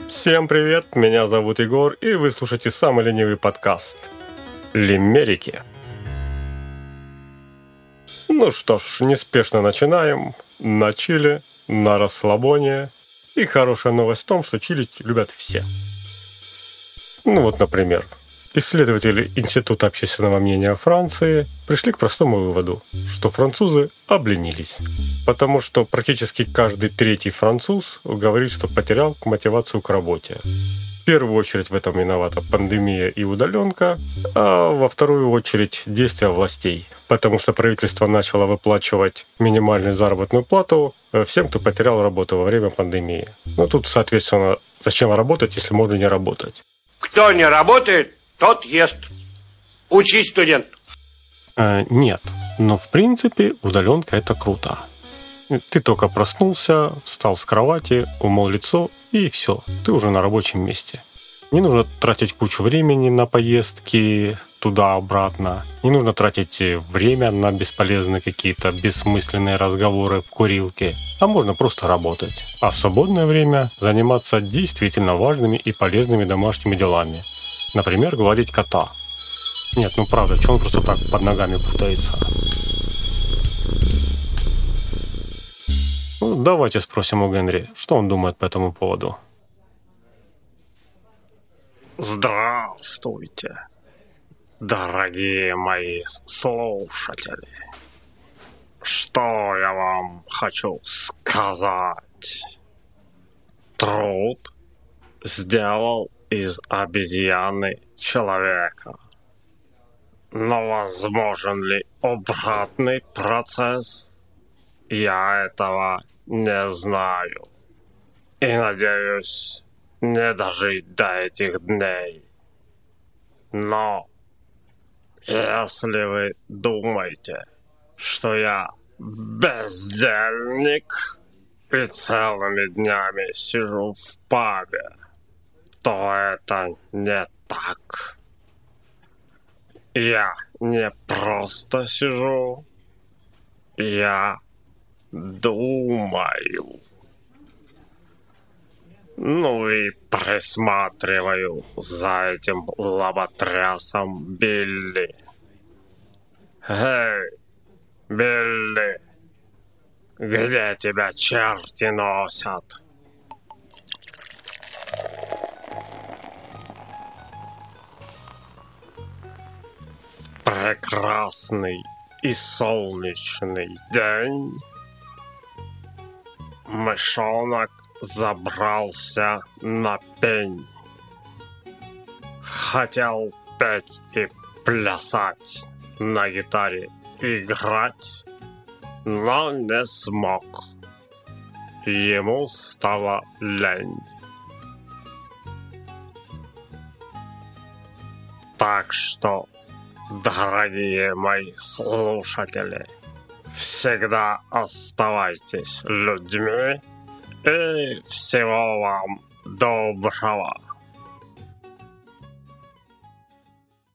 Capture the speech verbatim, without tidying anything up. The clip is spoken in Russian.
Всем привет, меня зовут Егор, и вы слушаете самый ленивый подкаст «Лимерики». Ну что ж, неспешно начинаем. На чили, на расслабоне. И хорошая новость в том, что чилить любят все. Ну вот, например, исследователи Института общественного мнения Франции пришли к простому выводу, что французы обленились. Потому что практически каждый третий француз говорит, что потерял мотивацию к работе. В первую очередь в этом виновата пандемия и удаленка, а во вторую очередь действия властей. Потому что правительство начало выплачивать минимальную заработную плату всем, кто потерял работу во время пандемии. Ну тут, соответственно, зачем работать, если можно не работать? Кто не работает, тот ест. Учись, студент. Э, нет, но в принципе удаленка это круто. Ты только проснулся, встал с кровати, умыл лицо и все, ты уже на рабочем месте. Не нужно тратить кучу времени на поездки туда-обратно. Не нужно тратить время на бесполезные какие-то бессмысленные разговоры в курилке. А можно просто работать. А в свободное время заниматься действительно важными и полезными домашними делами. Например, гладить кота. Нет, ну правда, что он просто так под ногами путается? Ну, давайте спросим у Генри, что он думает по этому поводу. Здравствуйте, дорогие мои слушатели. Что я вам хочу сказать? Труд сделал из обезьяны человека. Но возможен ли обратный процесс? Я этого не знаю. И надеюсь не дожить до этих дней. Но если вы думаете, что я бездельник и целыми днями сижу в пабе, то это не так. Я не просто сижу, я думаю. Ну и присматриваю за этим лоботрясом Билли. Эй, Билли, где тебя черти носят? Прекрасный и солнечный день мышонок забрался на пень. Хотел петь и плясать, на гитаре играть, но не смог. Ему стало лень. Так что, дорогие мои слушатели, всегда оставайтесь людьми и всего вам доброго.